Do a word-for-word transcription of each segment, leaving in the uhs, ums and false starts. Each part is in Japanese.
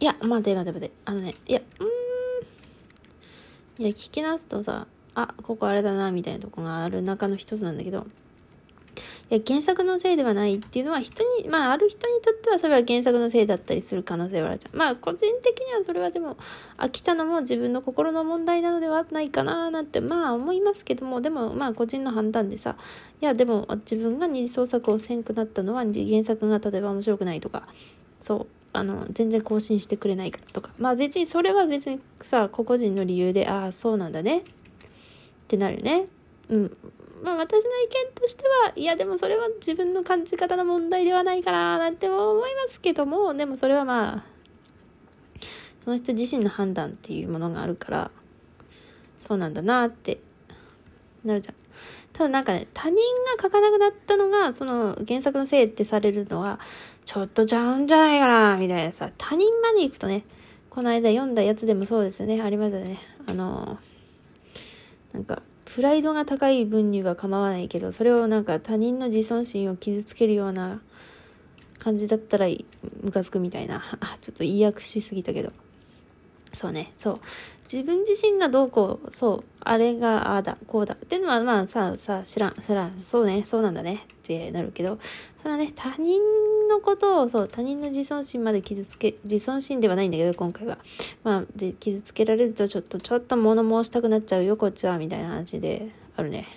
いや待て待て待てあのねいやうーんいや聞き直すとさ、あここあれだなみたいなとこがある中の一つなんだけど、いや原作のせいではないっていうのは人にまあある人にとってはそれは原作のせいだったりする可能性はあるじゃん。まあ個人的にはそれはでも飽きたのも自分の心の問題なのではないかななんてまあ思いますけども、でもまあ個人の判断でさ、いやでも自分が二次創作をせんくなったのは原作が例えば面白くないとか、そうあの全然更新してくれないからとか、まあ別にそれは別にさ個々人の理由で、ああそうなんだねってなるよね。うんまあ私の意見としては、いやでもそれは自分の感じ方の問題ではないかななんて思いますけども、でもそれはまあその人自身の判断っていうものがあるから、そうなんだなってなるじゃん。ただなんかね、他人が書かなくなったのがその原作のせいってされるのはちょっとちゃうんじゃないかなみたいなさ、他人まで行くとね、この間読んだやつでもそうですよね、ありましたね。あのなんかプライドが高い分には構わないけど、それをなんか他人の自尊心を傷つけるような感じだったらムカつくみたいな、あちょっと言い訳しすぎたけど、そうね、そう自分自身がどうこう、そうあれがああだこうだっていうのはまあささ知らん知らんそうねそうなんだねってなるけど、それはね他人のことをそう他人の自尊心まで傷つけ、自尊心ではないんだけど今回はまあで傷つけられるとちょっとちょっと物申したくなっちゃうよこっちはみたいな話であるね。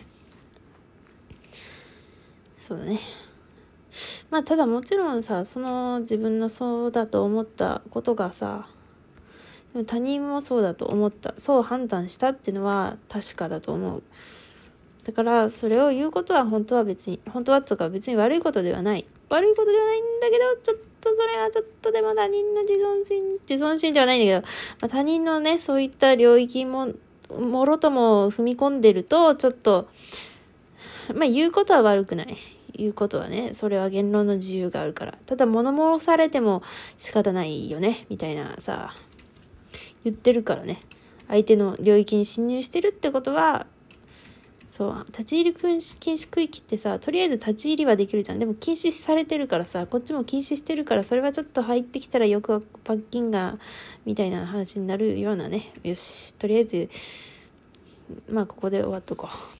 そうだね。まあただもちろんさ、その自分のそうだと思ったことがさ、でも他人もそうだと思った、そう判断したっていうのは確かだと思う。だからそれを言うことは本当は別に本当はとか別に悪いことではない悪いことではないんだけど、ちょっとそれはちょっとでも他人の自尊心自尊心ではないんだけど、まあ、他人のねそういった領域ももろとも踏み込んでるとちょっとまあ言うことは悪くない、言うことはね、それは言論の自由があるから、ただ物申されても仕方ないよねみたいなさ言ってるからね、相手の領域に侵入してるってことは、そう立ち入り禁止区域ってさ、とりあえず立ち入りはできるじゃん。でも禁止されてるからさ、こっちも禁止してるから、それはちょっと入ってきたらよく罰金がみたいな話になるようなね。よしとりあえずまあここで終わっとこう。